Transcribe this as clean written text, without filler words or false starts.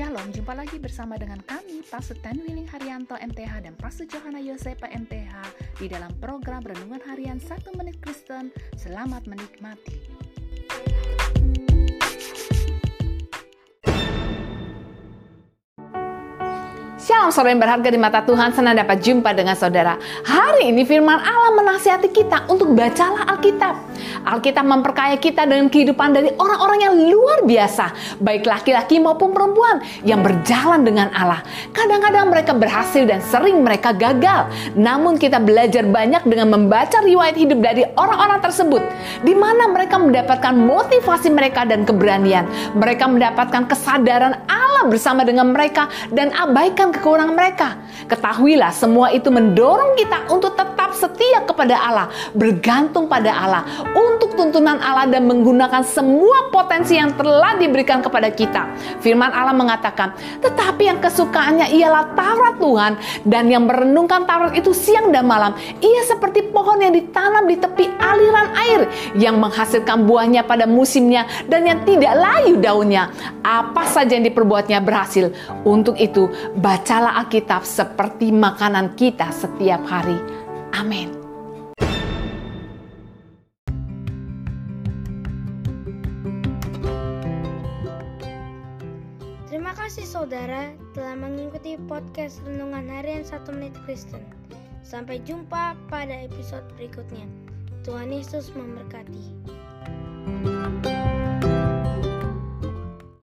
Shalom, jumpa lagi bersama dengan kami, Pastor Tanwiling Haryanto MTH dan Pastor Johanna Yosepa MTH di dalam program Renungan Harian 1 Menit Kristen. Selamat menikmati. Shalom saudara yang berharga di mata Tuhan, senang dapat jumpa dengan saudara. Hari ini firman Allah menasihati kita untuk bacalah Alkitab. Alkitab memperkaya kita dengan kehidupan dari orang-orang yang luar biasa, baik laki-laki maupun perempuan yang berjalan dengan Allah. Kadang-kadang mereka berhasil dan sering mereka gagal. Namun kita belajar banyak dengan membaca riwayat hidup dari orang-orang tersebut, di mana mereka mendapatkan motivasi mereka dan keberanian. Mereka mendapatkan kesadaran Allah bersama dengan mereka dan abaikan kekurangan mereka. Ketahuilah, semua itu mendorong kita untuk tetap setia kepada Allah, bergantung pada Allah, untuk tuntunan Allah dan menggunakan semua potensi yang telah diberikan kepada kita. Firman Allah mengatakan, tetapi yang kesukaannya ialah Taurat Tuhan, dan yang merenungkan Taurat itu siang dan malam, ia seperti pohon yang ditanam di tepi aliran air, yang menghasilkan buahnya pada musimnya dan yang tidak layu daunnya. Apa saja yang diperbuatnya berhasil. Untuk itu, bacalah Alkitab seperti makanan kita setiap hari. Amin. Terima kasih saudara telah mengikuti podcast Renungan Harian 1 Menit Kristen. Sampai jumpa pada episode berikutnya. Tuhan Yesus memberkati.